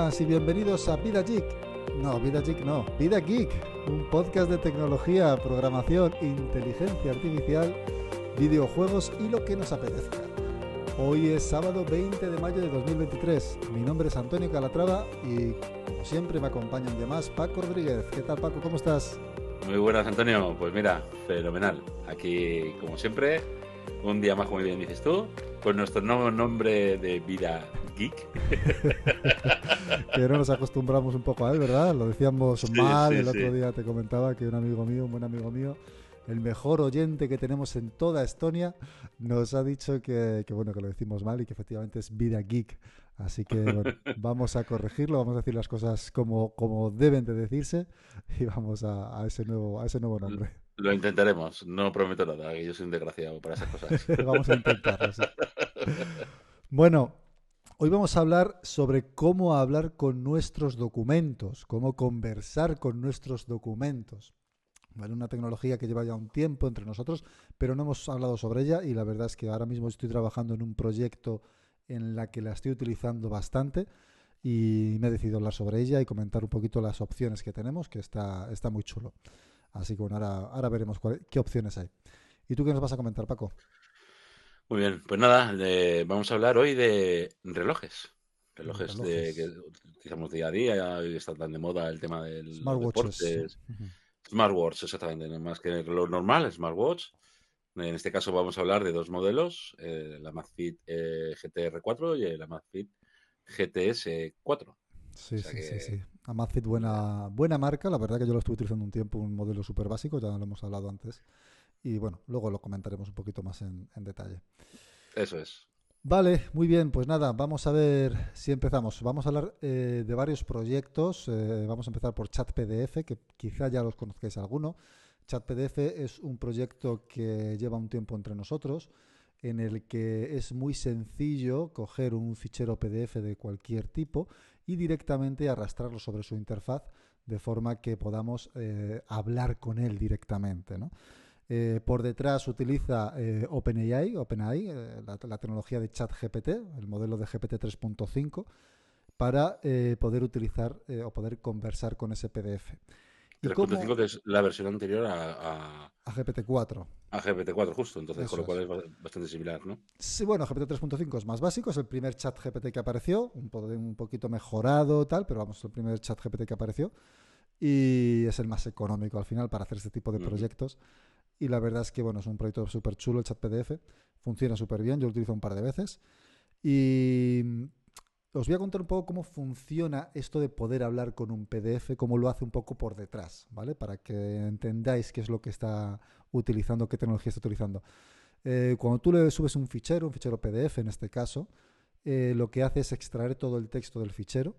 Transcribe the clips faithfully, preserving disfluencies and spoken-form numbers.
buenas y bienvenidos a Vida Geek. No, Vida Geek no, Vida Geek, un podcast de tecnología, programación, inteligencia artificial, videojuegos y lo que nos apetezca. Hoy es sábado veinte de mayo de dos mil veintitrés. Mi nombre es Antonio Calatrava y, como siempre, me acompaña un día más Paco Rodríguez. ¿Qué tal, Paco? ¿Cómo estás? Muy buenas, Antonio. Pues mira, fenomenal. Aquí, como siempre, un día más, como bien dices tú, con nuestro nuevo nombre de Vida Geek. Que no nos acostumbramos un poco a él, ¿verdad? Lo decíamos Sí, mal. sí, El otro sí. día te comentaba que un amigo mío, un buen amigo mío, el mejor oyente que tenemos en toda Estonia, nos ha dicho que, que bueno, que lo decimos mal y que efectivamente es Vida Geek. Así que bueno, vamos a corregirlo, vamos a decir las cosas como, como deben de decirse y vamos a, a ese nuevo, a ese nuevo nombre. Lo intentaremos. No prometo nada, que yo soy un desgraciado para esas cosas. Vamos a intentarlo, sí. Bueno, hoy vamos a hablar sobre cómo hablar con nuestros documentos, cómo conversar con nuestros documentos. ¿Vale? Una tecnología que lleva ya un tiempo entre nosotros, pero no hemos hablado sobre ella y la verdad es que ahora mismo estoy trabajando en un proyecto en la que la estoy utilizando bastante y me he decidido hablar sobre ella y comentar un poquito las opciones que tenemos, que está, está muy chulo. Así que bueno, ahora, ahora veremos cuál, qué opciones hay. ¿Y tú qué nos vas a comentar, Paco? Muy bien, pues nada, le- vamos a hablar hoy de relojes. Relojes de, que Relojes. utilizamos día a día, y está tan de moda el tema de los Smartwatches. deportes. Smartwatch, exactamente, no más que el reloj normal, smartwatch. En este caso vamos a hablar de dos modelos, eh, la Amazfit eh, G T R cuatro y el Amazfit G T S cuatro. O Sí, sea sí, sí, que sí. Amazfit, ya, buena, buena marca. La verdad que yo lo estuve utilizando un tiempo, un modelo súper básico, ya lo hemos hablado antes. Y bueno, luego lo comentaremos un poquito más en, en detalle. eso es. Vale, muy bien, pues nada, vamos a ver si empezamos. Vamos a hablar eh, de varios proyectos. Eh, vamos a empezar por ChatPDF, que quizá ya los conozcáis alguno. ChatPDF es un proyecto que lleva un tiempo entre nosotros, en el que es muy sencillo coger un fichero P D F de cualquier tipo y directamente arrastrarlo sobre su interfaz de forma que podamos eh, hablar con él directamente, ¿no? Eh, por detrás utiliza eh, OpenAI, OpenAI eh, la, la, tecnología de ChatGPT, el modelo de G P T tres punto cinco, para eh, poder utilizar eh, o poder conversar con ese P D F. ¿Y tres punto cómo? cinco que es la versión anterior a, a, A G P T cuatro. a G P T cuatro justo, entonces con Eso lo cual es. es bastante similar, ¿no? Sí, bueno, G P T tres punto cinco es más básico, es el primer chat G P T que apareció, un, po un poquito mejorado, tal, pero vamos, el primer chat G P T que apareció y es el más económico al final para hacer este tipo de Uh -huh. proyectos. Y la verdad es que, bueno, es un proyecto súper chulo el chat P D F, funciona súper bien, yo lo utilizo un par de veces. Y os voy a contar un poco cómo funciona esto de poder hablar con un P D F, cómo lo hace un poco por detrás, ¿vale? Para que entendáis qué es lo que está utilizando, qué tecnología está utilizando. Eh, cuando tú le subes un fichero, un fichero P D F en este caso, eh, lo que hace es extraer todo el texto del fichero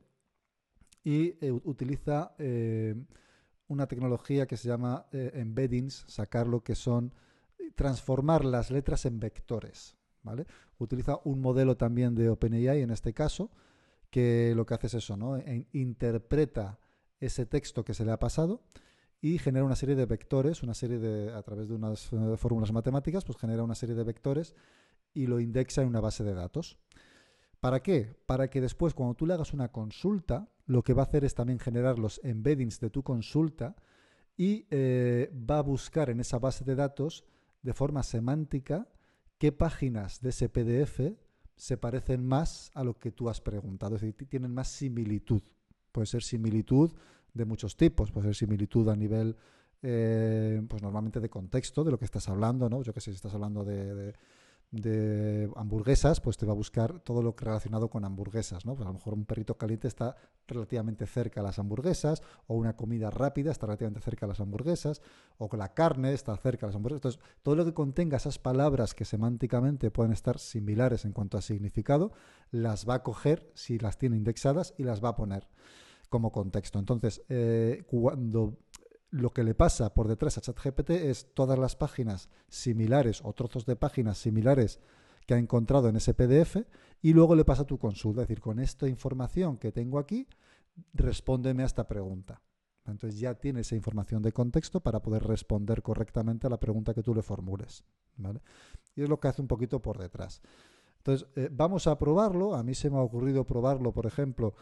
y eh, utiliza eh, una tecnología que se llama eh, embeddings, sacar lo que son, transformar las letras en vectores, ¿vale? Utiliza un modelo también de OpenAI en este caso, que lo que hace es eso, ¿no? En, interpreta ese texto que se le ha pasado y genera una serie de vectores, una serie de, a través de unas uh, fórmulas matemáticas, pues genera una serie de vectores y lo indexa en una base de datos. ¿Para qué? Para que después, cuando tú le hagas una consulta, lo que va a hacer es también generar los embeddings de tu consulta y eh, va a buscar en esa base de datos de forma semántica qué páginas de ese P D F se parecen más a lo que tú has preguntado, es decir, tienen más similitud. Puede ser similitud de muchos tipos, puede ser similitud a nivel, eh, pues normalmente de contexto, de lo que estás hablando, ¿no? Yo qué sé, si estás hablando de, de de hamburguesas, pues te va a buscar todo lo relacionado con hamburguesas, ¿no? Pues a lo mejor un perrito caliente está relativamente cerca a las hamburguesas, o una comida rápida está relativamente cerca a las hamburguesas, o que la carne está cerca a las hamburguesas. Entonces, todo lo que contenga esas palabras que semánticamente pueden estar similares en cuanto a significado, las va a coger si las tiene indexadas y las va a poner como contexto. Entonces, eh, cuando lo que le pasa por detrás a ChatGPT es todas las páginas similares o trozos de páginas similares que ha encontrado en ese P D F y luego le pasa tu consulta. Es decir, con esta información que tengo aquí, respóndeme a esta pregunta. Entonces ya tiene esa información de contexto para poder responder correctamente a la pregunta que tú le formules, ¿vale? Y es lo que hace un poquito por detrás. Entonces, eh, vamos a probarlo. A mí se me ha ocurrido probarlo, por ejemplo,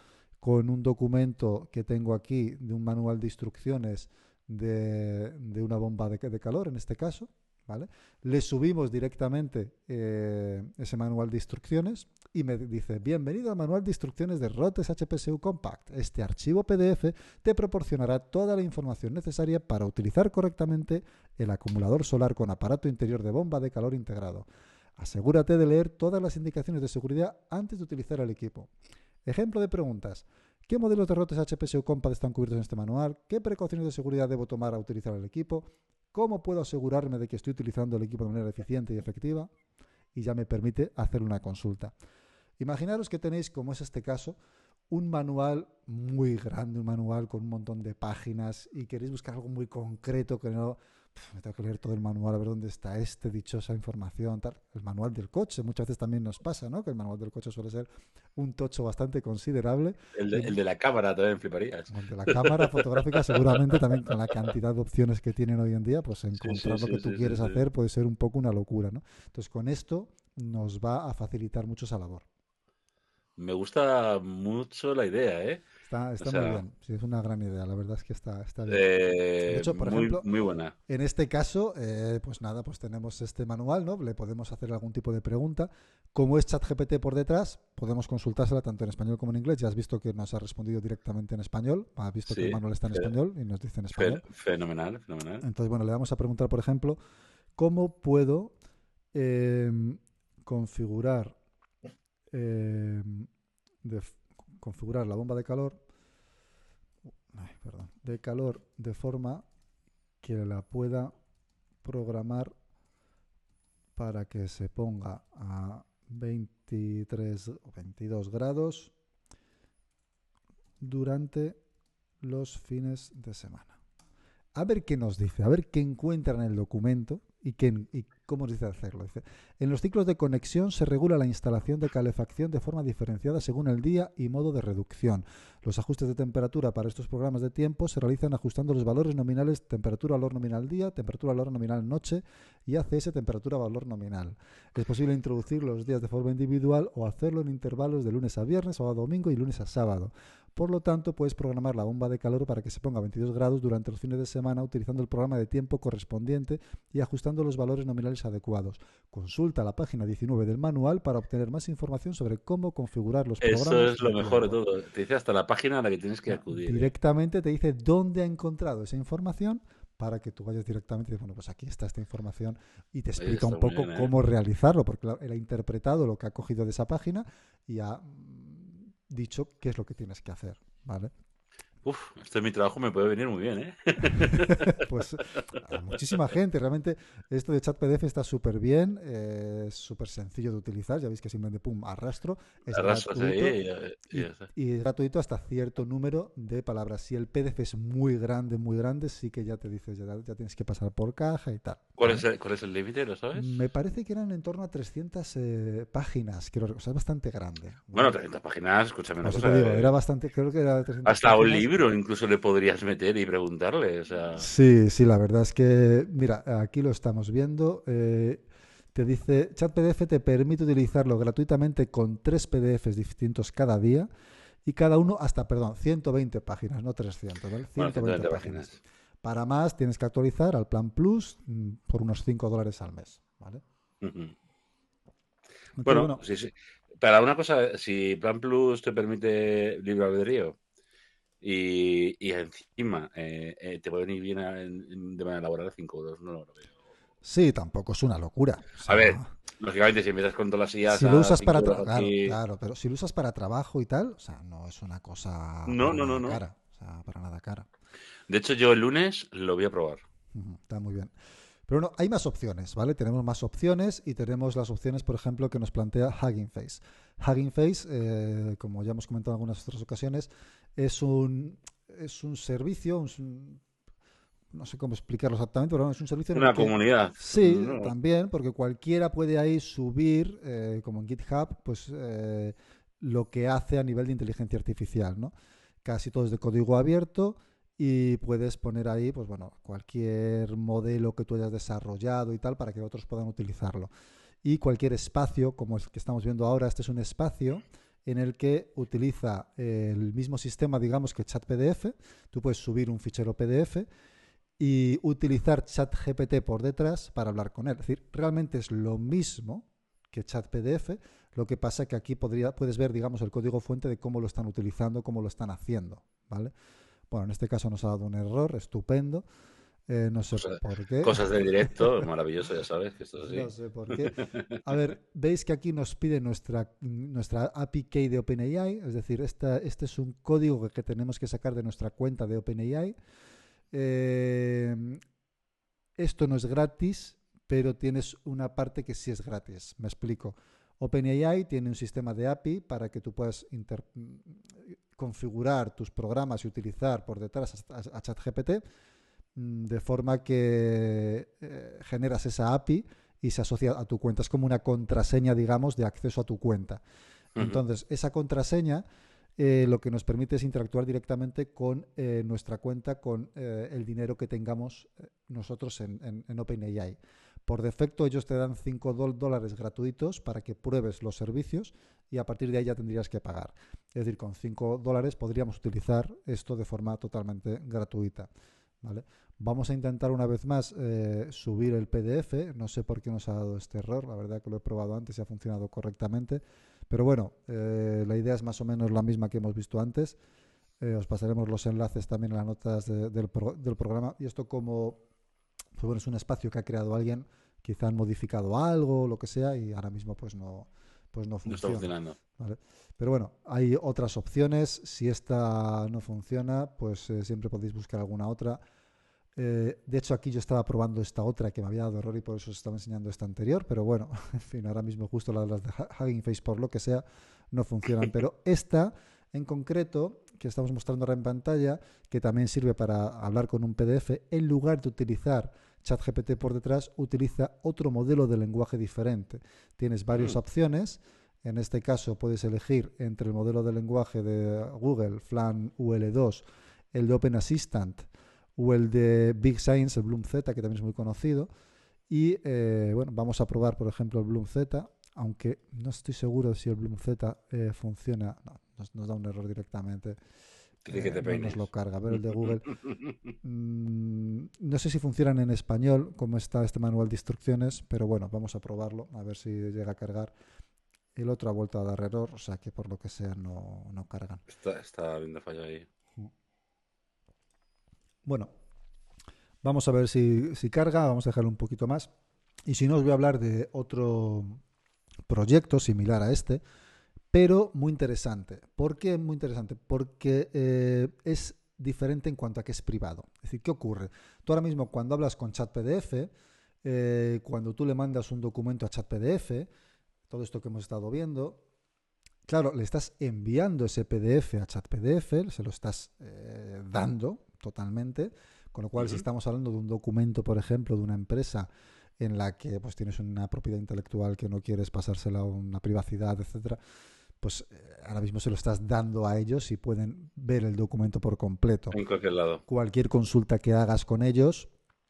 con un documento que tengo aquí de un manual de instrucciones de, de una bomba de, de calor, en este caso, ¿vale? Le subimos directamente eh, ese manual de instrucciones y me dice, bienvenido al manual de instrucciones de Rotes H P S U Compact. Este archivo P D F te proporcionará toda la información necesaria para utilizar correctamente el acumulador solar con aparato interior de bomba de calor integrado. Asegúrate de leer todas las indicaciones de seguridad antes de utilizar el equipo. Ejemplo de preguntas. ¿Qué modelos de Rotes H P S U Compact están cubiertos en este manual? ¿Qué precauciones de seguridad debo tomar al utilizar el equipo? ¿Cómo puedo asegurarme de que estoy utilizando el equipo de manera eficiente y efectiva? Y ya me permite hacer una consulta. Imaginaros que tenéis, como es este caso, un manual muy grande, un manual con un montón de páginas y queréis buscar algo muy concreto que no... Pff, me tengo que leer todo el manual a ver dónde está este, dichosa información, tal. El manual del coche, muchas veces también nos pasa, ¿no? Que el manual del coche suele ser un tocho bastante considerable. El de, Y, el de la cámara también fliparías. el de la cámara fotográfica seguramente también con la cantidad de opciones que tienen hoy en día, pues encontrar Sí, sí, lo que sí, tú sí, quieres sí, sí. hacer puede ser un poco una locura, ¿no? Entonces con esto nos va a facilitar mucho esa labor. Me gusta mucho la idea, ¿eh? Está, O está muy sea, bien, sí, es una gran idea, la verdad es que está, está bien. De eh, hecho, por muy, ejemplo, muy buena. en este caso, eh, pues nada, pues tenemos este manual, ¿no? Le podemos hacer algún tipo de pregunta. Como es ChatGPT por detrás, podemos consultársela tanto en español como en inglés. Ya has visto que nos ha respondido directamente en español, has visto que el Sí, manual está en fe- español y nos dice en fe- español. fenomenal, fenomenal. Entonces, bueno, le vamos a preguntar, por ejemplo, ¿cómo puedo eh, configurar, eh, de, configurar la bomba de calor, ay, perdón, de calor de forma que la pueda programar para que se ponga a veintitrés o veintidós grados durante los fines de semana? A ver qué nos dice, a ver qué encuentra en el documento y, qué, y cómo nos dice hacerlo. Dice, en los ciclos de conexión se regula la instalación de calefacción de forma diferenciada según el día y modo de reducción. Los ajustes de temperatura para estos programas de tiempo se realizan ajustando los valores nominales temperatura-valor nominal día, temperatura-valor nominal noche y A C S temperatura-valor nominal. Es posible introducir los días de forma individual o hacerlo en intervalos de lunes a viernes o a domingo y lunes a sábado. Por lo tanto, puedes programar la bomba de calor para que se ponga a veintidós grados durante los fines de semana utilizando el programa de tiempo correspondiente y ajustando los valores nominales adecuados. Consulta la página diecinueve del manual para obtener más información sobre cómo configurar los Eso programas es de lo mejor de tiempo. todo. Te dice hasta la página a la que tienes que Ya, acudir, ¿eh? directamente te dice dónde ha encontrado esa información para que tú vayas directamente y dices, bueno, pues aquí está esta información y te Oye, explica un está muy poco bien, ¿eh? cómo realizarlo, porque él ha interpretado lo que ha cogido de esa página y ha dicho qué es lo que tienes que hacer, ¿vale? Uf, esto en mi trabajo me puede venir muy bien, ¿eh? Pues a muchísima gente. Realmente esto de chat P D F está súper bien, eh, es súper sencillo de utilizar. Ya veis que simplemente pum, arrastro, es Arrastras ahí gratuito y ya, y y, ya está. y es gratuito hasta cierto número de palabras. Si el P D F es muy grande, muy grande, sí que ya te dices, ya, ya tienes que pasar por caja y tal. ¿Cuál ¿Vale? es el, cuál es el límite? ¿Lo sabes? Me parece que eran en torno a trescientas eh, páginas, creo, o sea, es bastante grande, Bueno, ¿vale? trescientas páginas, escúchame Por una eso te cosa. digo, era eh, bastante, creo que era de trescientas hasta un páginas. libro incluso le podrías meter y preguntarle. O sea, Sí, sí, la verdad es que, mira, aquí lo estamos viendo. Eh, te dice, ChatPDF te permite utilizarlo gratuitamente con tres P D Fs distintos cada día y cada uno hasta, perdón, ciento veinte páginas, no trescientos, ¿vale? bueno, ciento ciento veinte veinte páginas. páginas. Para más tienes que actualizar al plan Plus mm, por unos cinco dólares al mes, ¿vale? Ujú. Entonces, Bueno, bueno, sí, sí. Para una cosa, si Plan Plus te permite libre albedrío y, y encima eh, eh, te puede venir bien a- en- en- de manera laboral cinco euros, no lo veo. sí, tampoco es una locura. O A ver, sea, lógicamente, si empiezas con todas las I As si lo a usas cinco para euros trabajo, claro, aquí. claro, pero si lo usas para trabajo y tal, o sea, no es una cosa No, para no, no, nada no. cara, o sea, para nada cara. De hecho, yo el lunes lo voy a probar. Ujú, está muy bien. Pero no, hay más opciones, ¿vale? Tenemos más opciones y tenemos las opciones, por ejemplo, que nos plantea Hugging Face. Hugging Face, eh, como ya hemos comentado en algunas otras ocasiones, es un, es un servicio, un- no sé cómo explicarlo exactamente, pero bueno, es un servicio en el Una que comunidad. sí, No, también, porque cualquiera puede ahí subir, eh, como en GitHub, pues eh, lo que hace a nivel de inteligencia artificial, ¿no? Casi todo es de código abierto y puedes poner ahí, pues bueno, cualquier modelo que tú hayas desarrollado y tal para que otros puedan utilizarlo. Y cualquier espacio, como el que estamos viendo ahora, este es un espacio en el que utiliza eh, el mismo sistema, digamos, que ChatPDF. Tú puedes subir un fichero P D F y utilizar ChatGPT por detrás para hablar con él. Es decir, realmente es lo mismo que ChatPDF, lo que pasa que aquí podría, puedes ver, digamos, el código fuente de cómo lo están utilizando, cómo lo están haciendo, ¿vale? Bueno, en este caso nos ha dado un error, estupendo. Eh, no sé Cosas, por qué. cosas de directo, maravilloso, ya sabes que esto es así. No sé por qué. A ver, veis que aquí nos pide nuestra, nuestra A P I Key de OpenAI, es decir, esta, este es un código que, que tenemos que sacar de nuestra cuenta de OpenAI. Eh, esto no es gratis, pero tienes una parte que sí es gratis. Me explico. OpenAI tiene un sistema de A P I para que tú puedas inter configurar tus programas y utilizar por detrás a, a ChatGPT, de forma que eh, generas esa A P I y se asocia a tu cuenta. Es como una contraseña, digamos, de acceso a tu cuenta. Uh-huh. Entonces, esa contraseña eh, lo que nos permite es interactuar directamente con eh, nuestra cuenta, con eh, el dinero que tengamos eh, nosotros en, en, en OpenAI. Por defecto, ellos te dan cinco dólares gratuitos para que pruebes los servicios y a partir de ahí ya tendrías que pagar. Es decir, con cinco dólares podríamos utilizar esto de forma totalmente gratuita, ¿vale? Vamos a intentar una vez más eh, subir el P D F. No sé por qué nos ha dado este error. La verdad que lo he probado antes y ha funcionado correctamente. Pero bueno, eh, la idea es más o menos la misma que hemos visto antes. Eh, os pasaremos los enlaces también en las notas de, del, pro, del programa. Y esto como pues bueno, es un espacio que ha creado alguien. Quizá han modificado algo, lo que sea, y ahora mismo pues no, pues no funciona. No está funcionando. ¿Vale? Pero bueno, hay otras opciones. Si esta no funciona, pues eh, siempre podéis buscar alguna otra. Eh, de hecho, aquí yo estaba probando esta otra que me había dado error y por eso os estaba enseñando esta anterior, pero bueno, en fin, ahora mismo justo las, las de Hugging Face, por lo que sea, no funcionan. Pero esta en concreto, que estamos mostrando ahora en pantalla, que también sirve para hablar con un P D F, en lugar de utilizar ChatGPT por detrás, utiliza otro modelo de lenguaje diferente. Tienes varias mm. opciones. En este caso puedes elegir entre el modelo de lenguaje de Google, Flan U L dos, el de Open Assistant, o el de Big Science, el Bloom Z, que también es muy conocido. Y eh, bueno, vamos a probar, por ejemplo, el Bloom Z, aunque no estoy seguro si el Bloom Z eh, funciona. No, nos, nos da un error directamente. Eh, que te no nos lo carga. A ver, el de Google. mm, no sé si funcionan en español, como está este manual de instrucciones, pero bueno, vamos a probarlo, a ver si llega a cargar. El otro ha vuelto a dar error, o sea que por lo que sea no, no cargan. Está, está habiendo fallo ahí. Bueno, vamos a ver si, si carga, vamos a dejarlo un poquito más. Y si no, os voy a hablar de otro proyecto similar a este, pero muy interesante. ¿Por qué muy interesante? Porque eh, es diferente en cuanto a que es privado. Es decir, ¿qué ocurre? Tú ahora mismo cuando hablas con ChatPDF, eh, cuando tú le mandas un documento a ChatPDF, todo esto que hemos estado viendo, claro, le estás enviando ese P D F a ChatPDF, se lo estás eh, dando totalmente, con lo cual uh-huh. si estamos hablando de un documento, por ejemplo, de una empresa en la que pues tienes una propiedad intelectual que no quieres pasársela a una privacidad, etcétera, pues eh, ahora mismo se lo estás dando a ellos y pueden ver el documento por completo. En cualquier lado. Cualquier consulta que hagas con ellos,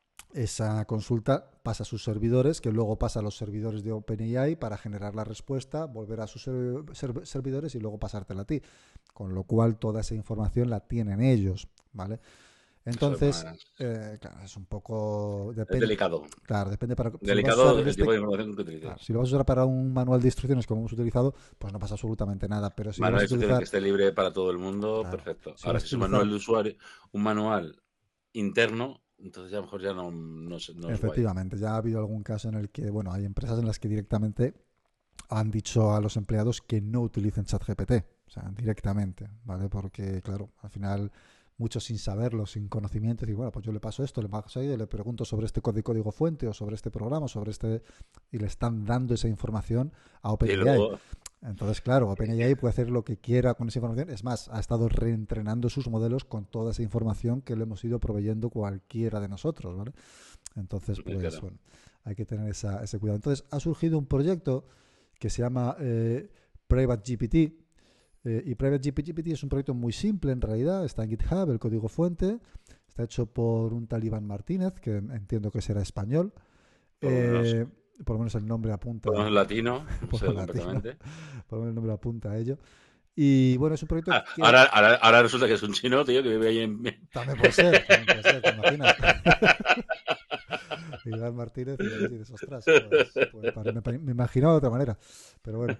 esa consulta pasa a sus servidores, que luego pasa a los servidores de OpenAI para generar la respuesta, volver a sus serv- serv- servidores y luego pasártela a ti. Con lo cual toda esa información la tienen ellos, ¿vale? Entonces, es, eh, claro, es un poco... Depende, es delicado. Claro, depende para... Delicado si el este, tipo de información que utilices. Claro, si lo vas a usar para un manual de instrucciones como hemos utilizado, pues no pasa absolutamente nada. Pero si manual lo vas de a instrucciones utilizar... que esté libre para todo el mundo, claro, perfecto. Si Ahora, si es un utilizar... manual de usuario, un manual interno, entonces ya a lo mejor ya no, no, no es Efectivamente, guay. Ya ha habido algún caso en el que, bueno, hay empresas en las que directamente han dicho a los empleados que no utilicen ChatGPT, o sea, directamente, ¿vale? Porque, claro, al final muchos sin saberlo, sin conocimiento, y bueno, pues yo le paso esto, le paso ahí, le pregunto sobre este código fuente o sobre este programa, sobre este, y le están dando esa información a OpenAI. Luego... Entonces, claro, OpenAI puede hacer lo que quiera con esa información. Es más, ha estado reentrenando sus modelos con toda esa información que le hemos ido proveyendo cualquiera de nosotros, ¿vale? Entonces, pues, claro. bueno, hay que tener esa, ese cuidado. Entonces, ha surgido un proyecto que se llama eh, PrivateGPT. Eh, y PrivateGPT es un proyecto muy simple en realidad, está en GitHub, el código fuente, está hecho por un tal Iván Martínez, que entiendo que será español. Eh, por lo menos el nombre apunta, Por lo menos latino, por sí, lo latino, completamente. por lo menos el nombre apunta a ello. Y bueno, es un proyecto Ah, que ahora, ahora, ahora resulta que es un chino, tío, que vive ahí en... también puede ser, también puede ser, ¿te imaginas? Iván Martínez y lo ves y dices, ostras, pues, pues para- me, me imaginaba de otra manera, pero bueno.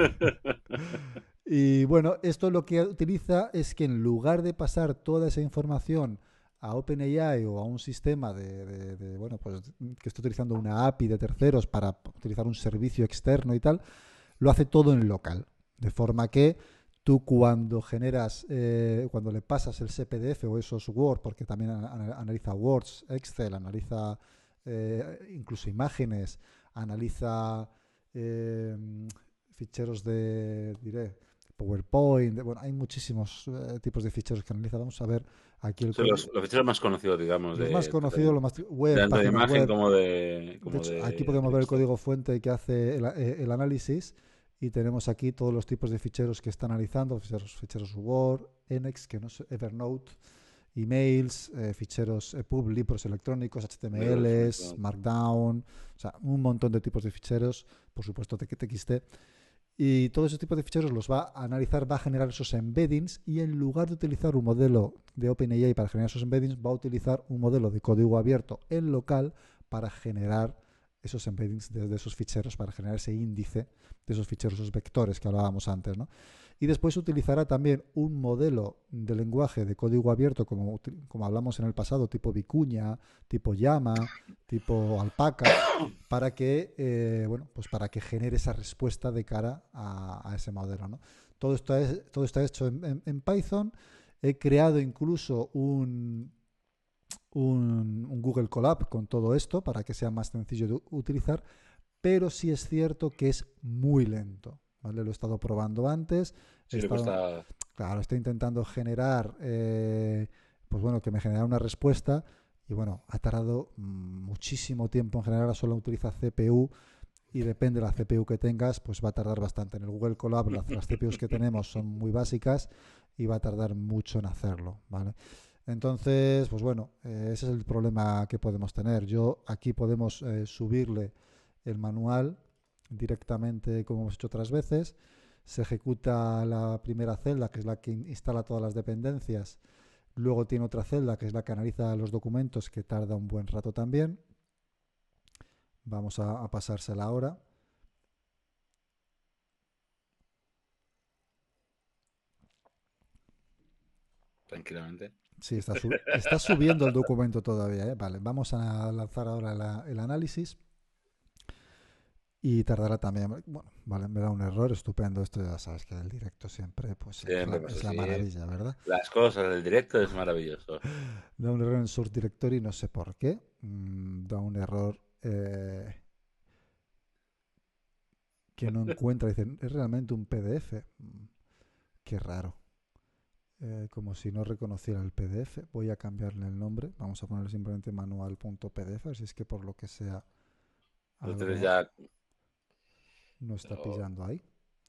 Y bueno, esto lo que utiliza es que en lugar de pasar toda esa información a OpenAI o a un sistema de, de- de, bueno, pues que está utilizando una A P I de terceros para utilizar un servicio externo y tal, lo hace todo en local. De forma que tú cuando generas, eh, cuando le pasas el C P D F o esos Word, porque también analiza Words, Excel, analiza eh, incluso imágenes, analiza eh, ficheros de, diré, PowerPoint, de- bueno, hay muchísimos eh, tipos de ficheros que analiza. Vamos a ver aquí el Son los, código. los ficheros más conocidos, digamos, Los más de, conocidos, los más web, tanto de páginas imagen web. como de, De como hecho, aquí de podemos ver el texto. código fuente que hace el, eh, el análisis y tenemos aquí todos los tipos de ficheros que está analizando, ficheros, ficheros Word, Enex, que no sé, Evernote, emails, eh, ficheros E P U B, libros electrónicos, Libros, H T M Ls, Markdown, o sea, un montón de tipos de ficheros, por supuesto T X T. Y todos esos tipos de ficheros los va a analizar, va a generar esos embeddings y en lugar de utilizar un modelo de OpenAI para generar esos embeddings, va a utilizar un modelo de código abierto en local para generar esos embeddings desde esos ficheros, para generar ese índice de esos ficheros, esos vectores que hablábamos antes, ¿no? Y después utilizará también un modelo de lenguaje de código abierto, como, como hablamos en el pasado, tipo Vicuña, tipo Llama, tipo Alpaca, para que, eh, bueno, pues para que genere esa respuesta de cara a, a ese modelo, ¿no? Todo, esto es, todo está hecho en, en, en Python. He creado incluso un, un, un, Google Colab con todo esto para que sea más sencillo de utilizar, pero sí es cierto que es muy lento, ¿vale? Lo he estado probando antes, he Sí, le estado, cuesta. claro, estoy intentando generar, eh, pues bueno, que me genere una respuesta y bueno, ha tardado muchísimo tiempo en general, solo utiliza C P U y depende de la C P U que tengas, pues va a tardar bastante. En el Google Colab las, las C P Us que tenemos son muy básicas y va a tardar mucho en hacerlo, ¿vale? Entonces, pues bueno, eh, ese es el problema que podemos tener. Yo aquí podemos eh, subirle el manual directamente como hemos hecho otras veces. Se ejecuta la primera celda, que es la que instala todas las dependencias. Luego tiene otra celda, que es la que analiza los documentos, que tarda un buen rato también. Vamos a, a pasársela ahora. Tranquilamente. Sí, está, sub está subiendo el documento todavía, ¿eh? Vale, vamos a lanzar ahora la, el análisis y tardará también. Bueno, vale, me da un error, estupendo. Esto ya sabes que el directo siempre pues es la, Siempre pasa es la así. maravilla, ¿verdad? Las cosas del directo es maravilloso. Da un error en Source Directory, no sé por qué. Mm, da un error eh, que no encuentra. Dicen, es realmente un P D F. Mm, qué raro. Eh, como si no reconociera el P D F. Voy a cambiarle el nombre. Vamos a ponerle simplemente manual.pdf. Así es que por lo que sea Lo tienes algo ya. no está pillando ahí.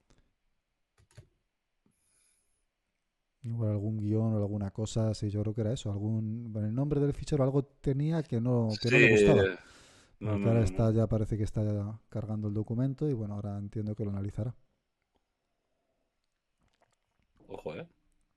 Igual algún guión o alguna cosa, sí, yo creo que era eso. Algún, bueno, el nombre del fichero algo tenía que no, que no le Sí. gustaba. No, Porque no, ahora no, está, no. ya parece que está ya cargando el documento y bueno, ahora entiendo que lo analizará. Ojo, ¿eh?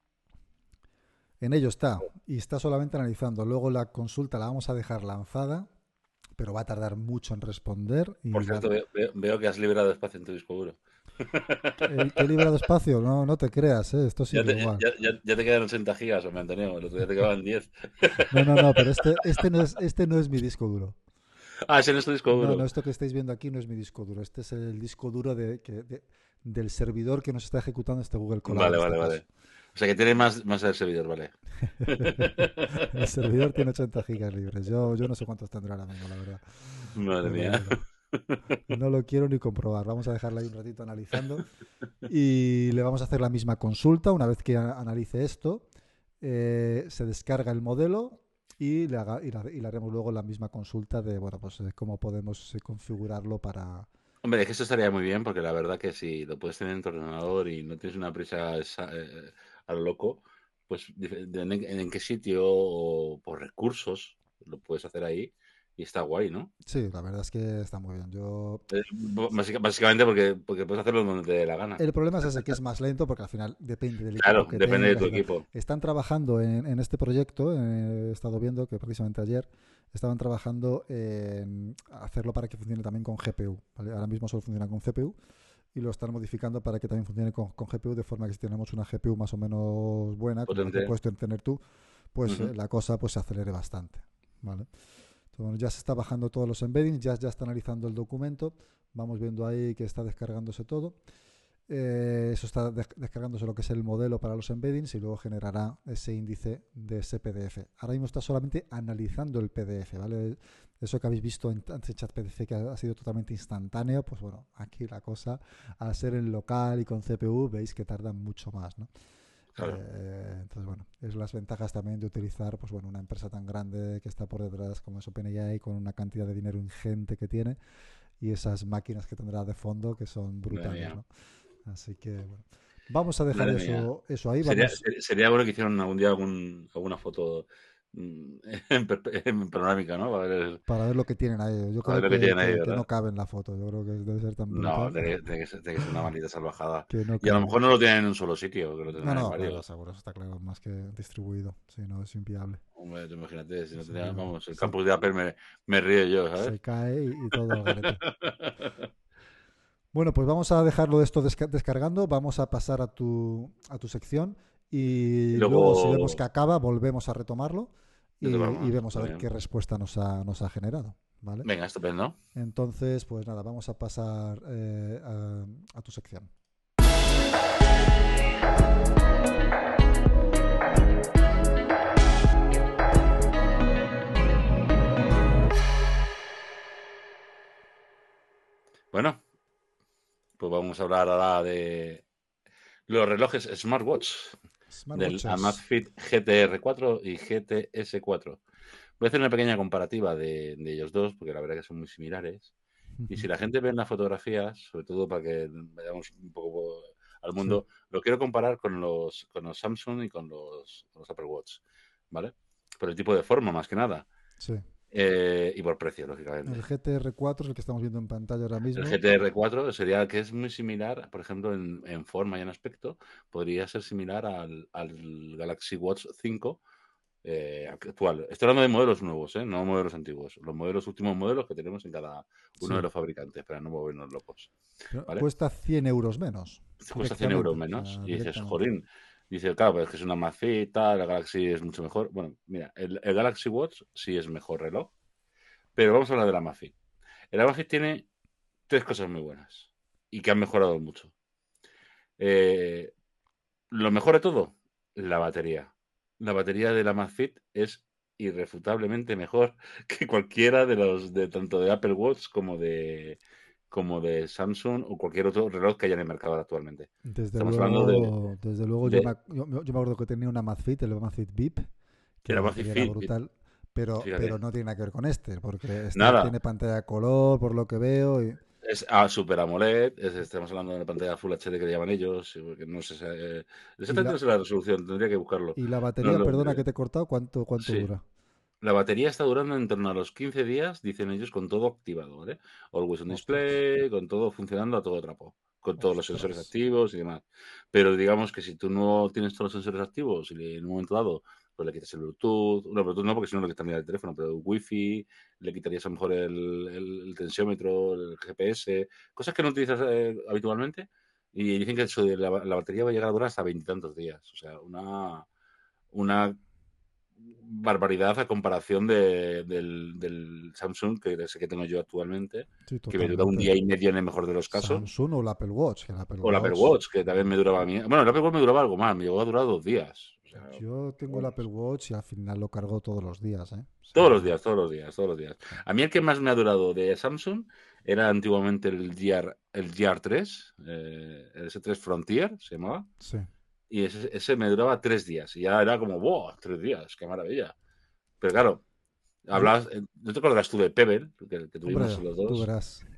En ello está, y está solamente analizando. Luego la consulta la vamos a dejar lanzada, pero va a tardar mucho en responder Por y va, cierto, veo, veo- veo que has liberado espacio en tu disco duro. ¿Que, que he liberado espacio? No, no te creas, ¿eh? Esto Ya sigue te, igual. ya, ya- ya te quedan ochenta gigas, hombre, Antonio. El otro día te quedaban diez. No, no, no, pero este, este, no es, este no es mi disco duro. Ah, ese no es tu disco No, no, duro. esto que estáis viendo aquí no es mi disco duro. Este es el disco duro de, que, de- del servidor que nos está ejecutando este Google Colab en Vale, este vale, caso. vale. O sea que tiene más, más el servidor, vale. El servidor tiene ochenta gigas libres. Yo, yo no sé cuántos tendrá ahora mismo, la verdad. Madre Pero mía. bueno, no lo quiero ni comprobar. Vamos a dejarla ahí un ratito analizando y le vamos a hacer la misma consulta. Una vez que a- analice esto, eh, se descarga el modelo y le, haga- y la- y le haremos luego la misma consulta de bueno, pues, eh, cómo podemos eh, configurarlo para... Hombre, es que eso estaría muy bien porque la verdad que si lo puedes tener en tu ordenador y no tienes una prisa esa- eh, a lo loco, pues dif- de en, en qué sitio o por recursos lo puedes hacer ahí y está guay, ¿no? Sí, la verdad es que está muy bien. Yo... Eh, básica- Básicamente porque, porque puedes hacerlo donde te dé la gana. El problema es ese, que es más lento porque al final depende del equipo Claro, que depende de tengas tu y tal. equipo. Están trabajando en, en este proyecto, eh, he estado viendo que precisamente ayer estaban trabajando en hacerlo para que funcione también con G P U. ¿Vale? Ahora mismo solo funciona con C P U y lo están modificando para que también funcione con, con G P U, de forma que si tenemos una G P U más o menos buena, como la que Potente. puedes tener tú, pues eh, Ujú. la cosa pues se acelere bastante. ¿Vale? Entonces, bueno, ya se está bajando todos los embeddings, ya, ya está analizando el documento, vamos viendo ahí que está descargándose todo. Eh, eso está de descargándose lo que es el modelo para los embeddings y luego generará ese índice de ese P D F. Ahora mismo está solamente analizando el P D F, ¿vale? Eso que habéis visto en, en ChatPDF que ha, ha sido totalmente instantáneo, pues bueno, aquí la cosa, al ser en local y con C P U, veis que tarda mucho más, ¿no? Claro, Eh, entonces, bueno, es las ventajas también de utilizar, pues bueno, una empresa tan grande que está por detrás como es OpenAI, con una cantidad de dinero ingente que tiene y esas máquinas que tendrá de fondo que son madre brutales, mía. ¿no? Así que, bueno, vamos a dejar Madre mía. eso, eso ahí, Sería, vamos ser- sería bueno que hicieran algún día algún, alguna foto mm, en, per- en panorámica, ¿no? Para ver, el- para ver lo que tienen ahí. Yo para creo ver lo que que, tienen ahí, que, que no ¿verdad? cabe en la foto, yo creo que debe ser tan No, brutal tiene, tiene que ser, tiene que ser una maldita salvajada. que no Y a lo cabe. mejor no lo tienen en un solo sitio, que lo No, tendrán en no, claro, varios. seguro, eso está claro, más que distribuido, si no es inviable. Hombre, tú imagínate, si no Es tenía, inviable. vamos, el Se, campus de Apple me, me río yo, ¿sabes? se cae y, y todo al garete. Bueno, pues vamos a dejarlo de esto desca descargando, vamos a pasar a tu, a tu sección Y y luego si vemos que luego, acaba volvemos a retomarlo de y, todas y formas, vemos a está ver qué bien. respuesta nos ha, nos ha generado, ¿vale? Venga, estupendo. Entonces, pues nada, vamos a pasar eh, a, a tu sección. Bueno, pues vamos a hablar ahora de los relojes Smartwatch del Smartwatches. Amazfit G T R cuatro y G T S cuatro. Voy a hacer una pequeña comparativa de, de ellos dos, porque la verdad que son muy similares. Y si la gente ve las fotografías, sobre todo para que vayamos un poco al Sí, mundo, lo quiero comparar con los, con los Samsung y con los, con los Apple Watch, ¿vale? Por el tipo de forma, más que nada. sí. Eh, y por precio, El lógicamente. G T R cuatro es el que estamos viendo en pantalla ahora El mismo. G T R cuatro sería que es muy similar, por ejemplo, en, en forma y en aspecto, podría ser similar al, al Galaxy Watch cinco eh, actual. Estoy hablando de modelos nuevos, ¿eh? No modelos antiguos. Los modelos, últimos modelos que tenemos en cada uno de Sí. los fabricantes, para no movernos locos. Pero ¿Vale? cuesta cien euros menos Cuesta cien euros directamente. O menos. sea, Y dices, directamente. jolín. Dice, claro, pero es que es una Amazfit, tal, la Galaxy es mucho mejor. Bueno, mira, el, el Galaxy Watch sí es mejor reloj, pero vamos a hablar de la Amazfit. El Amazfit tiene tres cosas muy buenas y que han mejorado mucho. Eh, lo mejor de todo, la batería. La batería de la Amazfit es irrefutablemente mejor que cualquiera de los de tanto de Apple Watch como de como de Samsung o cualquier otro reloj que haya en el mercado actualmente. Desde Estamos hablando de, luego, desde luego yo me, de, ac- yo, yo me acuerdo que tenía una Amazfit, el Amazfit V I P, que de la la batería era Amazfit, brutal, pero, pero fíjate. no tiene nada que ver con este, porque este Nada, tiene pantalla de color, por lo que veo. Y, es a Super AMOLED, es- estamos hablando de la pantalla Full H D que le llaman ellos, que no sé, eh, y exactamente la, no sé la resolución, tendría que buscarlo. y la No batería, lo perdona que miré. te he cortado, ¿cuánto, cuánto Sí, dura? la batería está durando en torno a los quince días, dicen ellos, con todo activado, ¿vale? Always on Ostras, display, con todo funcionando a todo trapo, con todos los sensores ostras. activos y demás. Pero digamos que si tú no tienes todos los sensores activos y en un momento dado pues le quitas el Bluetooth, no, Bluetooth no, porque si no le quitas el teléfono, pero el Wi-Fi, le quitarías a lo mejor el, el- el tensiómetro, el G P S, cosas que no utilizas eh, habitualmente. Y dicen que eso de la, la batería va a llegar a durar hasta veintitantos días. O sea, una, una barbaridad a comparación de, del, del Samsung, que es el que tengo yo actualmente, Sí, que me dura un totalmente. día y medio en el mejor de los casos. Samsung o el Apple Watch, que el Apple O el Apple Watch. Watch, que también me duraba a mí. Bueno, el Apple Watch me duraba algo más, me llegó a durar dos días. O sea, Yo tengo el Apple vamos. Watch y al final lo cargo todos los días, ¿eh? O Todos los sea, días, todos los días, todos los días. sí. A mí el que más me ha durado de Samsung era antiguamente el G R, el G R tres, eh, el S tres Frontier se llamaba, Sí. y ese, ese me duraba tres días. Y ya era como, ¡wow! Tres días, qué maravilla. Pero claro, Yo, hablabas, eh, ¿no te acordarás tú de Pebble, que, que hombre, tuvimos los tú dos? verás.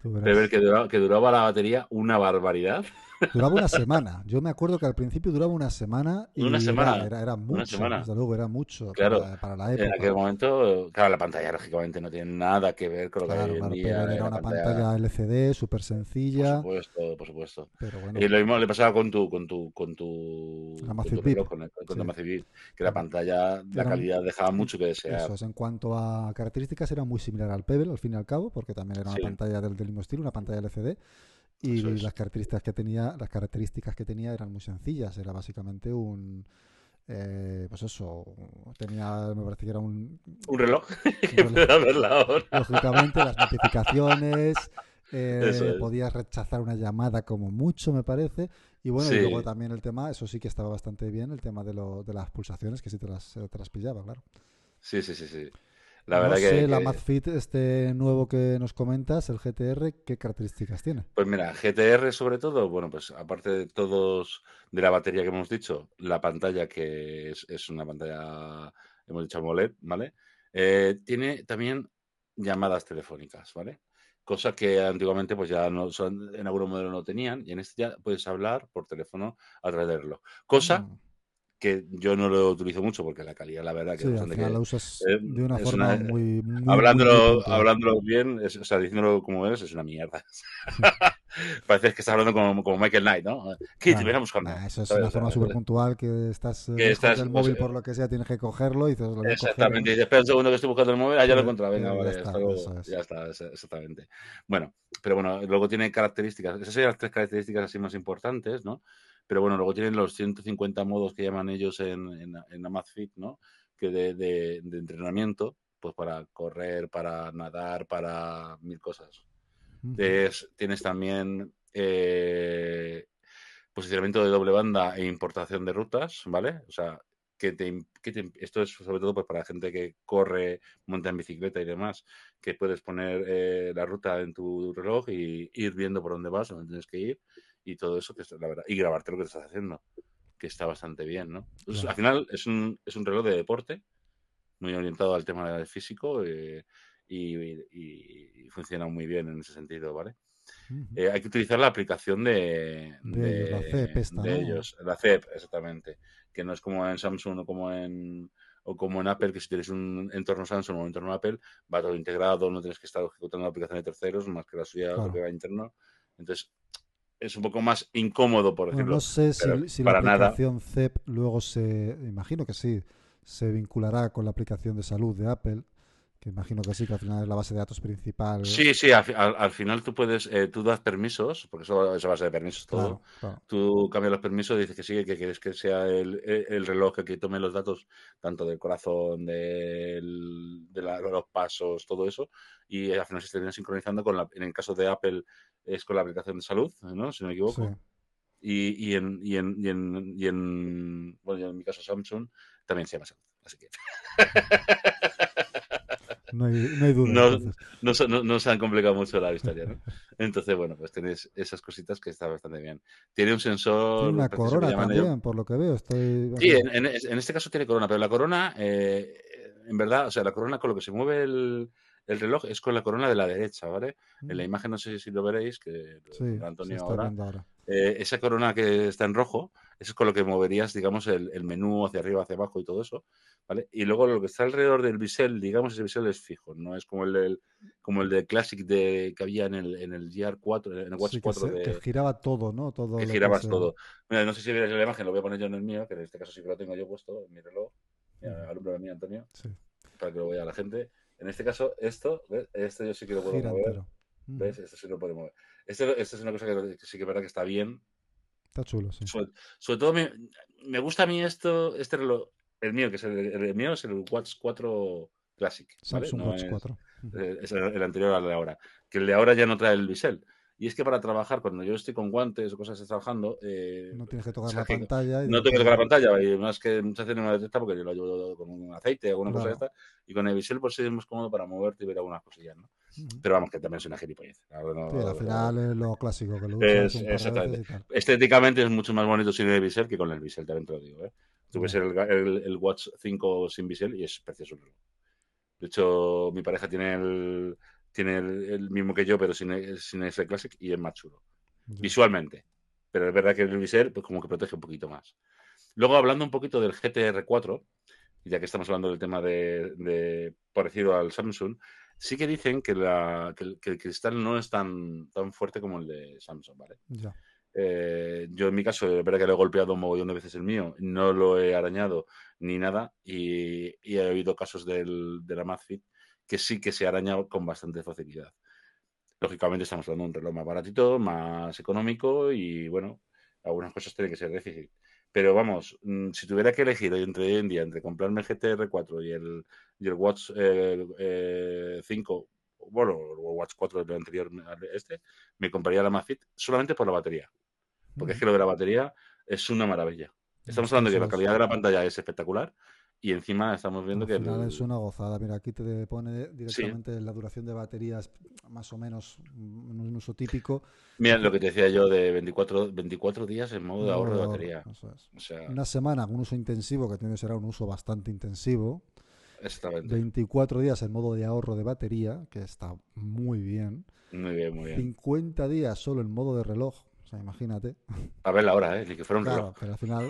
Tú Pero ver verás. que duraba, que duraba la batería una barbaridad. Duraba una semana. Yo me acuerdo que al principio duraba una semana Una y era, semana. era, era Una mucho, semana. desde luego, era mucho Claro. para, para la En época. aquel momento, claro, la pantalla lógicamente no tiene nada que ver con lo que hay Claro, hoy en claro, pero día. eh, era La una pantalla, pantalla L C D súper por sencilla, supuesto, por supuesto. pero bueno, Y lo mismo le pasaba con tu, con tu, con tu, la con tu Amazfit V I P. reloj, con, el, con Sí, tu Amazfit Bip, que la claro. pantalla, la Era, calidad dejaba en- mucho que eso desear. es, en cuanto a características, era muy similar al Pebble, al fin y al cabo, porque también era una Sí, pantalla del, del mismo estilo, una pantalla L C D, eso y es. las características que tenía, las características que tenía eran muy sencillas. Era básicamente un, eh, pues eso, tenía, me parece que era un, Un reloj un que reloj. pueda ver la hora. Lógicamente, las notificaciones, Eso eh, es. podías rechazar una llamada como mucho, me parece. Y bueno, y luego Sí, también el tema, eso sí que estaba bastante bien, el tema de, lo, de las pulsaciones, que sí te las, te las pillaba, claro. sí, sí, sí, sí. La No verdad que, sé, la que Amazfit, este nuevo que nos comentas, el G T R, ¿qué características tiene? Pues mira, G T R sobre todo, bueno, pues aparte de todos, de la batería que hemos dicho, la pantalla que es, es una pantalla, hemos dicho AMOLED, ¿vale? Eh, tiene también llamadas telefónicas, ¿vale? Cosa que antiguamente pues ya no son, en algunos modelos no tenían, y en este ya puedes hablar por teléfono a través del reloj. Cosa Mm. que yo no lo utilizo mucho porque la calidad, la verdad, que es Sí, al bastante final que la usas eh, de una es forma una, muy, muy, muy, muy hablándolo, puntual. hablándolo bien, es- o sea, diciéndolo como eres, es una mierda. Parece que estás hablando como, como Michael Knight, ¿no? Kit, ven Claro, a buscarme. nah, eso es ¿Sabes? una O sea, forma súper puntual que estás eh, que lejos estás, del pues, móvil por lo que sea, tienes que cogerlo y dices, lo voy a coger exactamente. en... Y dices, espera un segundo que estoy buscando el móvil. Ah, Sí, ya lo he encontrado. Venga, ya, ya vale, hasta está, luego. eso es. Ya está, es- exactamente. Bueno, pero bueno, luego tiene características. Esas serían las tres características así más importantes, ¿no? Pero bueno, luego tienen los ciento cincuenta modos que llaman ellos en, en, en Amazfit, ¿no? Que de, de, de entrenamiento, pues para correr, para nadar, para mil cosas. Ujú. Es- tienes también eh, posicionamiento de doble banda e importación de rutas, ¿vale? O sea, que te, que te- esto es sobre todo pues, para gente que corre, monta en bicicleta y demás, que puedes poner eh, la ruta en tu reloj y ir viendo por dónde vas, dónde tienes que ir y todo eso, que es la verdad, y grabarte lo que estás haciendo, que está bastante bien, ¿no? Entonces, al Claro. final es un, es un reloj de deporte, muy orientado al tema del físico eh, y, y- y funciona muy bien en ese sentido, ¿vale? Ujú. Eh, hay que utilizar la aplicación de, De ellos, la C E P de, esta, de ¿no? ellos, la C E P, exactamente, que no es como en Samsung o como en, o como en Apple, que si tienes un entorno Samsung o un entorno Apple, va todo integrado, no tienes que estar ejecutando la aplicación de terceros, más que la suya, lo que Claro. va interno. Entonces, es un poco más incómodo, por Bueno, no decirlo, sé pero si, si la para nada. aplicación C E P luego se, imagino que sí, se vinculará con la aplicación de salud de Apple, que imagino que sí, que al final es la base de datos principal. Sí, sí, al, fi- al- al final tú puedes, eh, tú das permisos, porque eso es a base de permisos todo. Claro, claro. Tú cambias los permisos, dices que sí, que quieres que sea el, el- el reloj el que tome los datos, tanto del corazón, del- de, la- de los pasos, todo eso, y al final se termina sincronizando con la, en el caso de Apple es con la aplicación de salud, ¿no? Si no me Sí, equivoco. Y, y en, y en, y en, y en, bueno, y en mi caso Samsung también se llama salud. Así que no hay, no hay duda no, entonces. no, se- no, no se han complicado mucho la historia, ¿no? Entonces, bueno, pues tenéis esas cositas que está bastante bien. Tiene un Tiene sensor una preciso que corona llaman ellos. también, por lo que veo. Estoy, Sí, vamos. en, en- en este caso tiene corona, pero la corona, eh, en verdad, o sea, la corona con lo que se mueve el, el reloj es con la corona de la derecha, ¿vale? En la Mm, imagen no sé si lo veréis, que lo sí, pondrá se Antonio está ahora. viendo ahora. Eh, esa corona que está en rojo, eso es con lo que moverías, digamos, el, el menú hacia arriba, hacia abajo y todo eso, ¿vale? Y luego lo que está alrededor del bisel, digamos, ese bisel es fijo, no es como el del, como el de Classic de, que había en el, en el G R cuatro, en el Watch Sí, que, cuatro se, que de giraba todo, ¿no? Todo que lo que es girabas el... todo. Mira, no sé si veréis la imagen, lo voy a poner yo en el mío, que en este caso sí que lo tengo yo puesto en mi reloj. Ujú. Mira, alumbra mí, Antonio, Sí, para que lo vea la gente. En este caso, esto, ¿ves? Esto yo sí que lo puedo gira mover, entero. Ujú. ¿ves? Esto sí lo puedo mover. Esto, esto es una cosa que, que sí que es verdad que está bien. Está chulo, sí. Sobre, sobre todo me, me gusta a mí esto, este reloj, el mío, que es el, el mío es el Watch cuatro Classic, ¿vale? Samsung No Watch es, cuatro. Ujú. eh, es el, el anterior al de ahora. Que el de ahora ya no trae el bisel. Y es que para trabajar, cuando yo estoy con guantes o cosas así trabajando, eh, No tienes que tocar se la hace- pantalla y no tengo que tocar directamente... la pantalla, y más que muchas veces no me detecta porque yo lo ayudo con un aceite o alguna cosa de Claro. esta, y con el bisel pues sí es más cómodo para moverte y ver algunas cosillas, ¿no? Ujú. Pero vamos, que también es una gilipollez. Ahora Sí, al no- final es lo clásico, que lo usas es, un par de veces exactamente. y tal. Estéticamente es mucho más bonito sin el bisel que con el bisel, también te lo digo. ¿eh? Tú ves Ya. el, el, el Watch cinco sin bisel y es precioso el reloj. De hecho, mi pareja tiene el, tiene el, el mismo que yo, pero sin, sin ese Classic y es más chulo. Ya. Visualmente. Pero es verdad que el Viser, pues como que protege un poquito más. Luego, hablando un poquito del G T R cuatro, ya que estamos hablando del tema de, de parecido al Samsung, sí que dicen que, la, que, el, que el cristal no es tan, tan fuerte como el de Samsung, ¿vale? Ya. Eh, yo en mi caso, es verdad que lo he golpeado un mogollón de veces el mío, no lo he arañado ni nada, y, y he oído casos del, de la Amazfit que sí que se ha arañado con bastante facilidad. Lógicamente estamos hablando de un reloj más baratito, más económico y bueno, algunas cosas tienen que ser déficit. Pero vamos, si tuviera que elegir entre hoy en día, entre comprarme el G T R cuatro y el, y el Watch eh, eh, cinco, bueno, el Watch cuatro del anterior, este, me compraría la Amazfit solamente por la batería. Porque es que lo de la batería es una maravilla. Estamos Es que hablando de que eso la es. calidad de la pantalla es espectacular y encima estamos viendo Al que final es el... una gozada. Mira, aquí te pone Sí. directamente la duración de baterías, más o menos en un uso típico. Mira Dice, lo que te decía yo de veinticuatro, veinticuatro días en modo de modo ahorro de de ahorro, batería. eso es. O sea, Una semana con uso intensivo, que tiene que ser un uso bastante intensivo. exactamente. veinticuatro días en modo de ahorro de batería, que está muy bien. Muy bien, muy bien. cincuenta días solo en modo de reloj. O sea, imagínate. A ver la hora, ¿eh? Ni que fuera un reloj. Claro, pero al final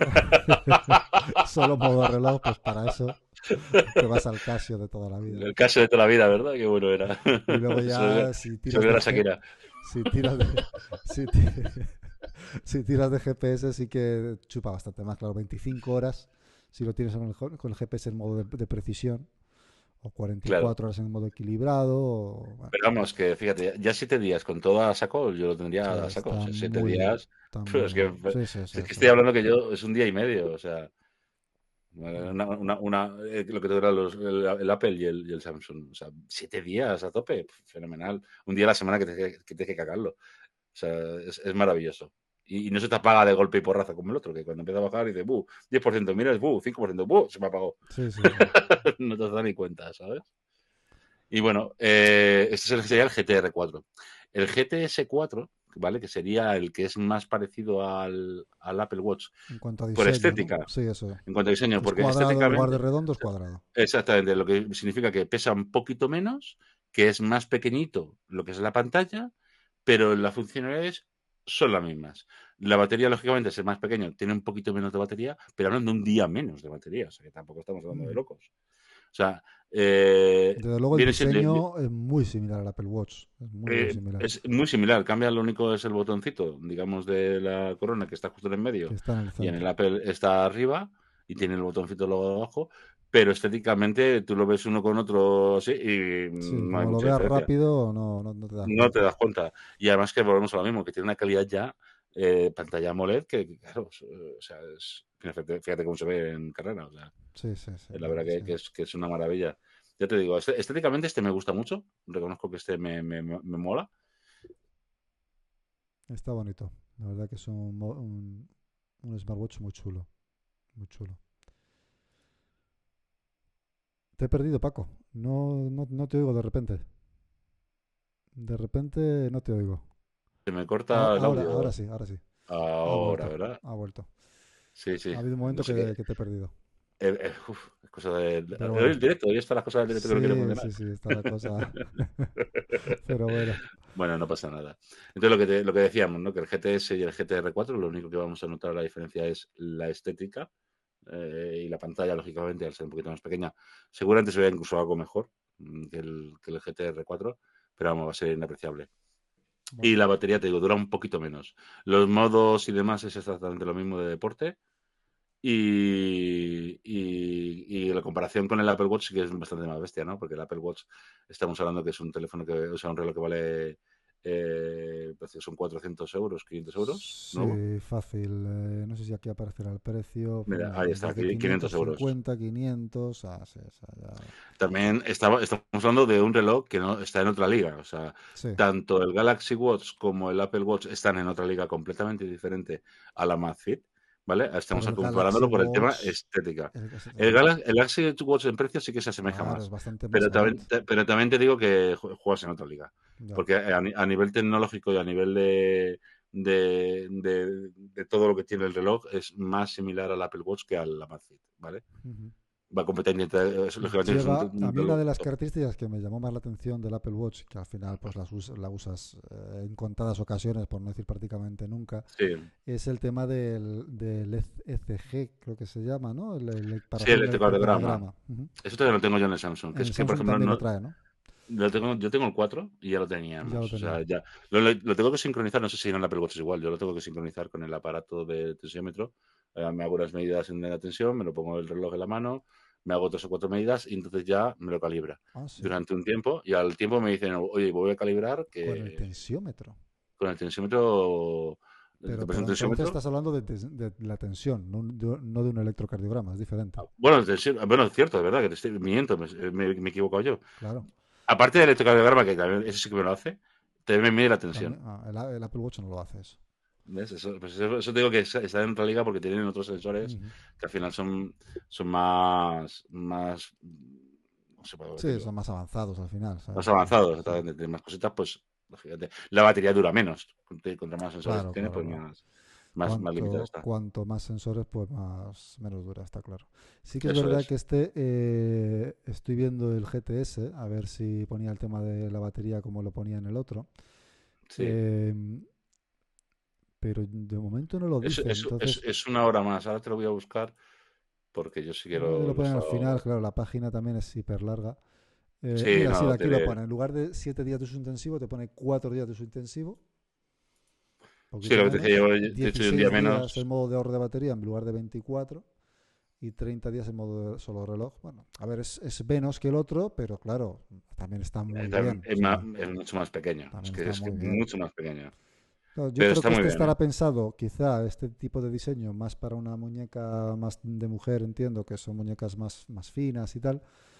solo modo de reloj, pues para eso te vas al Casio de toda la vida, El ¿no? caso de toda la vida, ¿verdad? Qué bueno era. Y luego Se lo dio, ya si se lo tiras dio de la G, Shakira. si tiras de si, ti- si tiras de G P S sí que chupa bastante más, claro, veinticinco horas si lo tienes con el, jo- con el G P S en modo de, de precisión o Claro. cuarenta y cuatro horas en modo equilibrado, o, bueno, Pero vamos, que fíjate, ya siete días con todo a saco, yo lo sí, tendría a saco. O está sea, siete muy bien, días, está muy pues, es que, bien. Sí, sí, sí, es que sí. estoy hablando que yo es un día y medio. O sea, Mm. una, una, una, eh, lo que te dura los, el, el Apple y el, y el Samsung. O sea, siete días a tope, pf, fenomenal. Un día a la semana que te, que te hay que cagarlo. O sea, es, es maravilloso. Y, y no se te apaga de golpe y porrazo como el otro, que cuando empieza a bajar dice, buh, diez por ciento, miras, buh, cinco por ciento, buh, se me apagó. Sí, sí, sí. No te das ni cuenta, ¿sabes? Y bueno, eh, este es el, sería el G T R cuatro. El G T S cuatro, ¿vale? Que sería el que es más parecido al, al Apple Watch En cuanto a por diseño, ¿no? estética, Sí, eso. en cuanto a diseño, Que es porque cuadrado en lugar estéticamente, de redondo, es cuadrado. exactamente, lo que significa que pesa un poquito menos, que es más pequeñito lo que es la pantalla, pero las funcionalidades son las mismas. La batería, lógicamente, es el más pequeño, tiene un poquito menos de batería, pero hablan de un día menos de batería, o sea que tampoco estamos hablando de Mm. locos. O sea, eh, Desde luego el viene siendo, diseño es muy similar al Apple Watch. Es muy, muy eh, similar. es muy similar, cambia lo único es el botoncito, digamos, de la corona que está justo en el Que medio está en el y en el centro. Apple está arriba y tiene el botoncito luego abajo, pero estéticamente tú lo ves uno con otro así y Sí, no hay como lo mucha veas diferencia. rápido, no, no, no te das No te cuenta. das cuenta. Y además que volvemos a lo mismo, que tiene una calidad ya, eh, pantalla AMOLED, que, que, claro, o sea, es, fíjate, fíjate cómo se ve en carrera. O sea, Sí, sí, sí. la La verdad verdad es que, que que es, que es una maravilla. Ya te digo, este- estéticamente este me gusta mucho. Reconozco que este me, me, me me mola. está bonito. La verdad que es un, mo- un, un smartwatch muy chulo. Muy chulo. Te he perdido, Paco. No, no, no te oigo de repente. De repente no te oigo. Se me Ahora, corta el ahora, ahora audio sí, ahora sí. Ha ahora, vuelto, ¿verdad? ha vuelto. Sí, sí. Ha habido un No momento sé qué. que, que te he perdido. Eh, eh, uf, es cosa de. Pero Hoy bueno, el directo, hoy están las cosas del directo que no quieren sí, funcionar. sí, sí, está la cosa. Pero bueno, Bueno, no pasa nada. Entonces, lo que, te- lo que decíamos, ¿no? Que el G T S y el G T R cuatro, lo único que vamos a notar la diferencia es la estética eh, y la pantalla, lógicamente, al ser un poquito más pequeña. Seguramente se vea incluso algo mejor mm, que el, que el G T R cuatro, pero vamos, va a ser inapreciable. Y bueno, la batería, te digo, dura un poquito menos. Los modos y demás es exactamente lo mismo de deporte. Y, y, y la comparación con el Apple Watch sí que es bastante más bestia, ¿no? Porque el Apple Watch estamos hablando que es un teléfono que, o sea, un reloj que vale, eh, pues son cuatrocientos euros, quinientos euros, nuevo. sí, fácil. Eh, no sé si aquí aparecerá el precio. Pues Mira, mira, ahí está, desde aquí, quinientos euros. quinientos cincuenta, quinientos. Ah, sí, o sea, ya- También estaba, estamos hablando de un reloj que no está en otra liga. O sea, sí, tanto el Galaxy Watch como el Apple Watch están en otra liga completamente diferente a la Amazfit, ¿vale? pero Estamos el Galaxy comparándolo por el tema Watch. estética. El, es- El el- Galaxy, el Galaxy Watch en precio sí que se asemeja claro, es más, bastante más pero grande. también, te- pero también te digo que ju- juegas en otra liga. Ya. Porque a, ni- a nivel tecnológico y a nivel de, de, de- de todo lo que tiene el reloj es más similar al Apple Watch que al Amazfit, ¿vale? Ujú. va a competir es, lógicamente es un, Lleva, a un mí una reloj de las top. características que me llamó más la atención del Apple Watch, que al final pues las us- la usas eh, en contadas ocasiones, por no decir prácticamente nunca, Sí, es el tema del, del E C G, creo que se llama, ¿no? El- el- para sí, hacer el un electrocardiograma. electrocardiograma. Ujú. Eso todavía lo tengo yo en el Samsung, que En es el que, por Samsung ejemplo, también lo no, trae, ¿no? lo tengo, yo tengo el cuatro y ya lo Ya lo teníamos. O tenía. sea, ya lo, lo- lo tengo que sincronizar, no sé si en el Apple Watch es igual, yo lo tengo que sincronizar con el aparato de tensiómetro. Eh, me hago unas medidas en la tensión, me lo pongo el reloj en la mano, me hago tres o cuatro medidas y entonces ya me lo calibra Ah, sí. durante un tiempo y al tiempo me dicen, oye, voy a calibrar Con el que tensiómetro. con el tensiómetro, te Pero, pones pero un entonces tensiómetro. estás hablando de, tes- de la tensión, no, de no de un electrocardiograma, es diferente. Bueno, tensión- bueno, es cierto, es verdad que te estoy, miento, me, me, me he equivocado yo. Claro. Aparte del electrocardiograma, que también ese sí que me lo hace, también me mide la tensión. También, ah, el, el Apple Watch no lo hace eso. ¿Ves? Eso, pues eso, eso te digo que está está en otra liga porque tienen otros sensores Ujú. que al final son, son más, más, no sé cómo Sí, decirlo, son más avanzados al final, más ¿sabes? Más, avanzados, sí. exactamente, tienen más cositas, pues, fíjate, la batería dura menos. Contra contra más sensores Claro, tiene, claro, pues claro. más, más, más limitada Cuanto, está. cuanto más sensores, pues más menos dura, está claro. Sí que es Eso verdad es. que este, eh, estoy viendo el G T S, a ver si ponía el tema de la batería como lo ponía en el otro. Sí. Eh, pero de momento no lo Es, dice. es, es, Entonces, es una hora más. Ahora te lo voy a buscar porque yo sí no, quiero lo lo he ponen al final, estado. claro, la página también es hiper larga. Eh, Sí, mira, sí, no, aquí lo tiene. pone. En lugar de siete días de uso intensivo, te pone cuatro días de uso intensivo, Sí, poquito lo que te decía menos. yo, de hecho, un día dieciséis días en menos. modo de ahorro de batería en lugar de veinticuatro. Y treinta días en modo de solo reloj. Bueno, a ver, es, es menos que el otro, pero claro, también está muy Es, bien. O es sea, es mucho más pequeño. Es también que está es que muy es bien. mucho más pequeño. Claro, yo Pero creo está que muy este bien, ¿eh? estará pensado, quizá, este tipo de diseño, más para una muñeca más de mujer, entiendo, que son muñecas más, más finas y tal.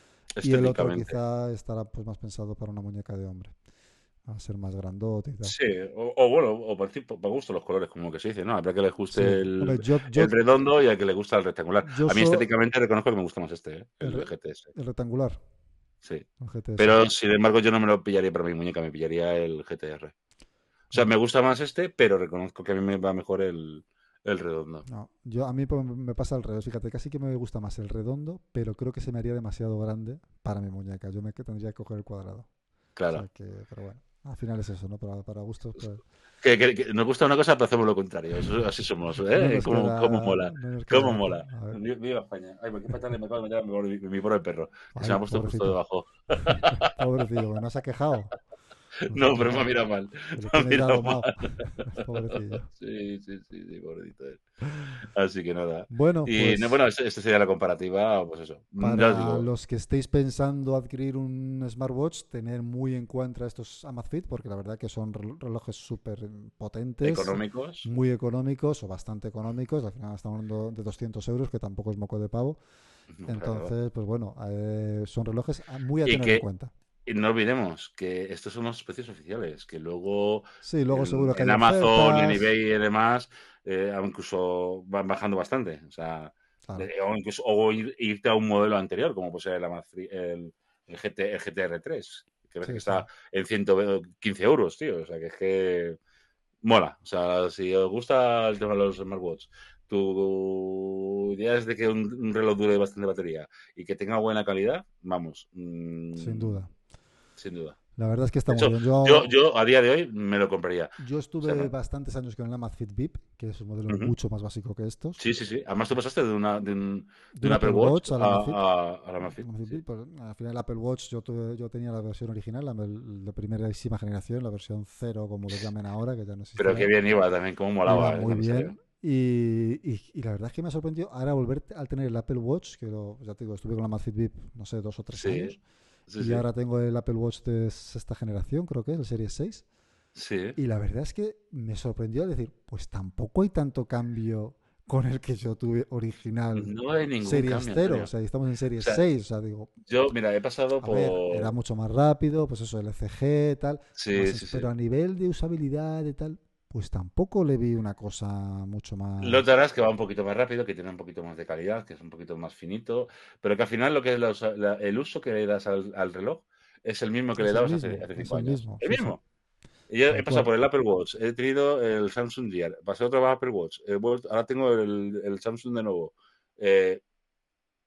Y el otro Estéticamente. quizá estará pues más pensado para una muñeca de hombre, a ser más grandote y tal. Sí, o, o bueno, o por, tipo- por gusto los colores, como que se dice, ¿no? Habrá que le Sí, guste el, hombre, yo, yo, el redondo y a que le gusta el rectangular. yo A mí solo estéticamente reconozco que me gusta más este, ¿eh? el, El re- G T S. el rectangular, Sí. el G T S. Pero sin embargo, yo no me lo pillaría para mi muñeca, me pillaría el G T R. O sea, Claro. me gusta más este, pero reconozco que a mí me va mejor el, el redondo. No, yo a mí pues, me pasa al revés. Fíjate, casi que me gusta más el redondo, pero creo que se me haría demasiado grande para mi muñeca. Yo me que tendría que coger el cuadrado. O sea Claro. que, pero bueno, al final es eso, ¿no? Para, para gustos, pues Que, que- que nos gusta una cosa, pero hacemos lo contrario. Eso- así somos, no ¿eh? nos ¿Cómo, cómo queda, mola? no nos ¿Cómo queda otra. mola? A ver, Vi- Viva España. Ay, ¿por qué patada me acabo de meter a mi, pobre- mi pobre perro? Que se me ay, ha puesto justo pobrecito, debajo. pobrecillo, que no se ha quejado, no se ha No, pero me ha quejado, mirado mal. que le Me ha tienes ya mirado domado, mal. pobrecillo. Sí, sí, sí, sí, pobrecito él. Así que nada. Bueno, Y no, pues bueno, esta sería la comparativa, pues eso. Mm, Ya os para digo, los que estéis pensando adquirir un smartwatch, tener muy en cuenta estos Amazfit, porque la verdad que son rel- relojes súper potentes, económicos, muy económicos o bastante económicos. Al final estamos hablando de doscientos euros, que tampoco es moco de pavo. no para nada. Entonces, pues bueno, eh, son relojes a- muy a Y tener en que cuenta. y no olvidemos que estos son los precios oficiales, que luego Sí, luego en, seguro que en hay Amazon y en ofertas. eBay y demás, eh, incluso van bajando bastante. O sea, Claro, de- o incluso o ir- irte a un modelo anterior, como puede ser el, Amazfri- el, el G T, el G T R tres, que parece que sí, sí. está en ciento quince euros, tío. O sea, que es que mola. O sea, si os gusta el tema de los smartwatch, tu idea es de que un, un reloj dure bastante batería y que tenga buena calidad, vamos, Sin mm, duda. sin duda. La verdad es que está De muy hecho, bien. yo, Yo, yo a día de hoy me lo compraría. yo O sea, estuve no. bastantes años con el Amazfit V I P, que es un modelo Ujú. mucho más básico que estos. Sí, sí, sí. Además, tú pasaste de, una, de, un, De de un un Apple Apple Watch Watch al a, Amazfit. a, a la Amazfit. Amazfit Sí. Beat, pues, al final el Apple Watch yo, tuve- yo tenía la versión original, la, de primerísima generación, la versión cero, como lo llamen ahora, que ya no Pero qué existirá. bien iba también, cómo Iba molaba, ¿eh? muy Cuando salió. bien. Y, y- y la verdad es que me ha sorprendido ahora volver al tener el Apple Watch, que lo- ya te digo, estuve con la Amazfit V I P, no sé, dos o tres Sí, años. sí, Y sí. ahora tengo el Apple Watch de sexta generación, creo que es, el Series seis. Sí. Y la verdad es que me sorprendió al decir, pues tampoco hay tanto cambio con el que yo tuve original No hay ningún Series cambio, cero. O Antonio. sea, estamos en O Series sea, seis. O sea, digo, yo, mira, he pasado a ver, era por... mucho más rápido, pues eso, el L C G, tal, Sí, más, sí, pero sí. a nivel de usabilidad y tal, pues tampoco le vi una cosa mucho más. Notarás que va un poquito más rápido, que tiene un poquito más de calidad, que es un poquito más finito, pero que al final lo que es la usa- la- el uso que le das al, al reloj es el mismo que le Es el dabas hace, mismo, hace es cinco el años. mismo, El sí, sí, mismo. Y yo he tal pasado cual. por el Apple Watch, he tenido el Samsung Gear, pasé otro Apple Watch, he vuelto- ahora tengo el, el Samsung de nuevo. Eh,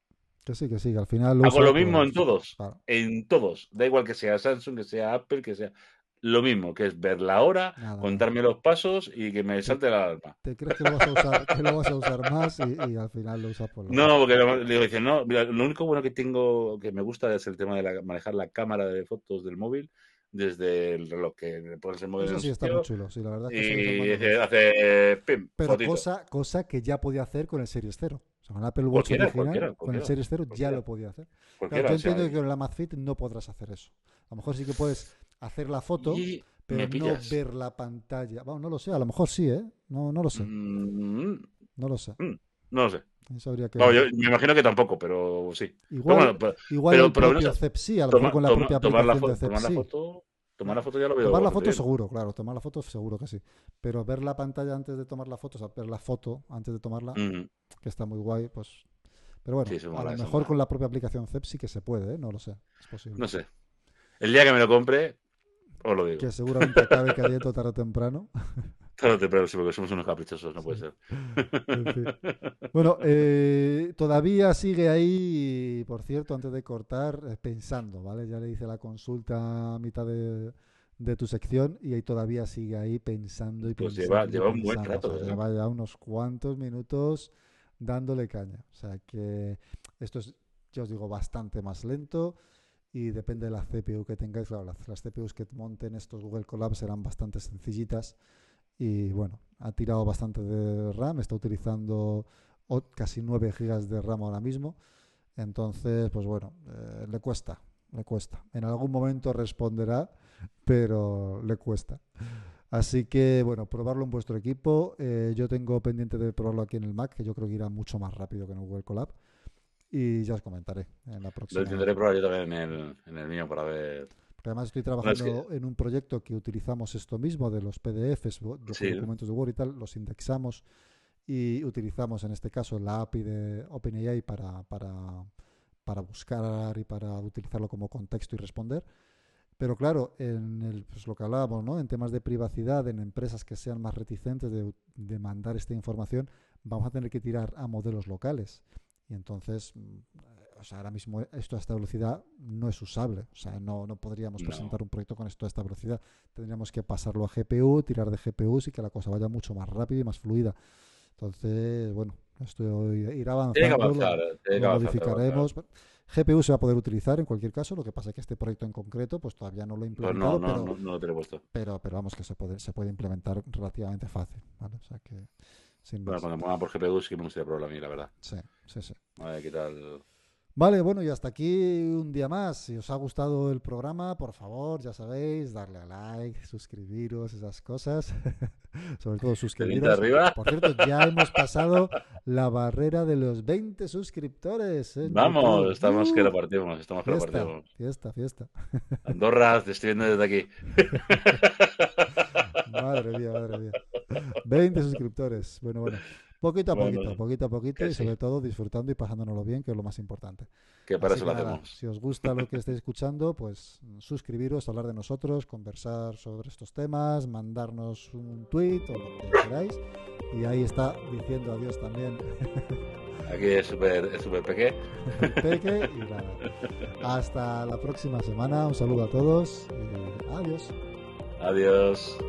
Que sí, que sí, que al final lo Hago usa, lo mismo pues, en todos. claro, En todos. Da igual que sea Samsung, que sea Apple, que sea lo mismo, que es ver la hora, nada, nada. contarme los pasos y que me Te, salte la alarma. te crees que lo vas a usar, que lo vas a usar más y, y al final lo usas por lo No, justo. porque lo- le digo, dice, no, mira, lo único bueno que tengo, que me gusta es el tema de la- manejar la cámara de fotos del móvil desde el reloj, que le pones el móvil en Eso un sí está muy sitio chulo, sí, la verdad es que eso de esos y mandos dice- es. hace, pim, Pero fotito. cosa, cosa que ya podía hacer con el Series cero. O sea, con el Apple Watch Cualquiera, original, cualquiera, con el cualquiera, Series cero ya cualquiera, lo podía hacer. Claro, cualquiera, yo o sea, entiendo que con el Amazfit no podrás hacer eso. A lo mejor sí que puedes hacer la foto, y pero me no pillas. ver la pantalla. Bueno, no lo sé, a lo mejor sí, ¿eh? No, no lo sé, Mm, no lo sé. mm, no lo sé. Eso habría Vamos, yo que. me imagino que tampoco, pero sí. Pero Igual, bueno, pero, igual pero el por lo menos propio Cep sí, a lo mejor toma, con la propia toma- tomar la aplicación de foto, Cep tomar la sí. foto, tomar la No, foto ya lo veo tomar la bastante foto bien. seguro, claro, tomar la foto seguro que sí. Pero ver la pantalla antes de tomar la foto, o sea, ver la foto antes de tomarla, Mm, que está muy guay, pues. Pero bueno, sí, eso a lo mola, eso mejor mola. con la propia aplicación Cep sí que se puede, ¿eh? No lo sé, es posible. No sé. El día que me lo compre, os lo digo. Que seguramente acabe cayendo tarde o temprano. Tarde o temprano, sí, porque somos unos caprichosos, no Sí, puede ser. en fin. Bueno, eh, todavía sigue ahí, por cierto, antes de cortar, eh, pensando, ¿vale? Ya le hice la consulta a mitad de, de tu sección y ahí todavía sigue ahí pensando y Pues lleva, pensando y lleva un buen pensando. O sea, rato, ¿eh? lleva ya unos cuantos minutos dándole caña. O sea que esto es, ya os digo, bastante más lento y depende de la C P U que tengáis. Claro, las, las C P Us que monten estos Google Colab serán bastante sencillitas y bueno, ha tirado bastante de RAM, está utilizando o- casi nueve gigas de RAM ahora mismo. Entonces, pues bueno, eh, le cuesta, le cuesta. En algún momento responderá, pero le cuesta. Así que, bueno, probarlo en vuestro equipo. Eh, yo tengo pendiente de probarlo aquí en el Mac, que yo creo que irá mucho más rápido que en el Google Colab. Y ya os comentaré en la Lo próxima. intentaré probar yo también en el, en el mío para ver. Porque además estoy No, es que, trabajando en un proyecto que utilizamos esto mismo de los P D Fs, wo- docu- sí, documentos de Word y tal, los indexamos y utilizamos en este caso la A P I de OpenAI para, para, para buscar y para utilizarlo como contexto y responder. Pero claro, en el, pues lo que hablábamos, ¿no? En temas de privacidad, en empresas que sean más reticentes de, de mandar esta información, vamos a tener que tirar a modelos locales. Y entonces, mm, o sea, ahora mismo esto a esta velocidad no es usable. O sea, no, no podríamos no. presentar un proyecto con esto a esta velocidad. Tendríamos que pasarlo a G P U, tirar de G P Us y que la cosa vaya mucho más rápido y más fluida. Entonces, bueno, esto irá Tiene que avanzando, avanzar, lo, tiene que lo avanzar, tiene que avanzar. modificaremos. G P U se va a poder utilizar en cualquier caso, lo que pasa es que este proyecto en concreto pues todavía no lo he Pues no, implementado, no, pero no, no lo tiene puesto. pero pero vamos que se puede se puede implementar relativamente fácil, ¿vale? O sea que sin Bueno, más. cuando me pongan por G P U sí que me gustaría probarlo a mí, la verdad. Sí, sí, sí. A ver qué tal. Vale, bueno, y hasta aquí un día más. Si os ha gustado el programa, por favor, ya sabéis, darle a like, suscribiros, esas cosas. Sobre todo Dedito suscribiros. arriba. Por cierto, ya hemos pasado la barrera de los veinte suscriptores en Vamos, YouTube. estamos que ¡Uh! lo partimos, estamos que lo Fiesta, partimos. fiesta, fiesta. Andorra, te estoy viendo desde aquí. Madre mía, madre mía. veinte suscriptores. Bueno, bueno. Poquito a poquito, Bueno, poquito a poquito que y sí, sobre todo disfrutando y pasándonoslo bien, que es lo más importante. que para Así eso que lo nada, hacemos. si os gusta lo que estáis escuchando, pues suscribiros, hablar de nosotros, conversar sobre estos temas, mandarnos un tweet o lo que queráis. Y ahí está diciendo adiós también Aquí es súper es súper peque. el Peque. Y nada, hasta la próxima semana. Un saludo a todos y adiós. Adiós.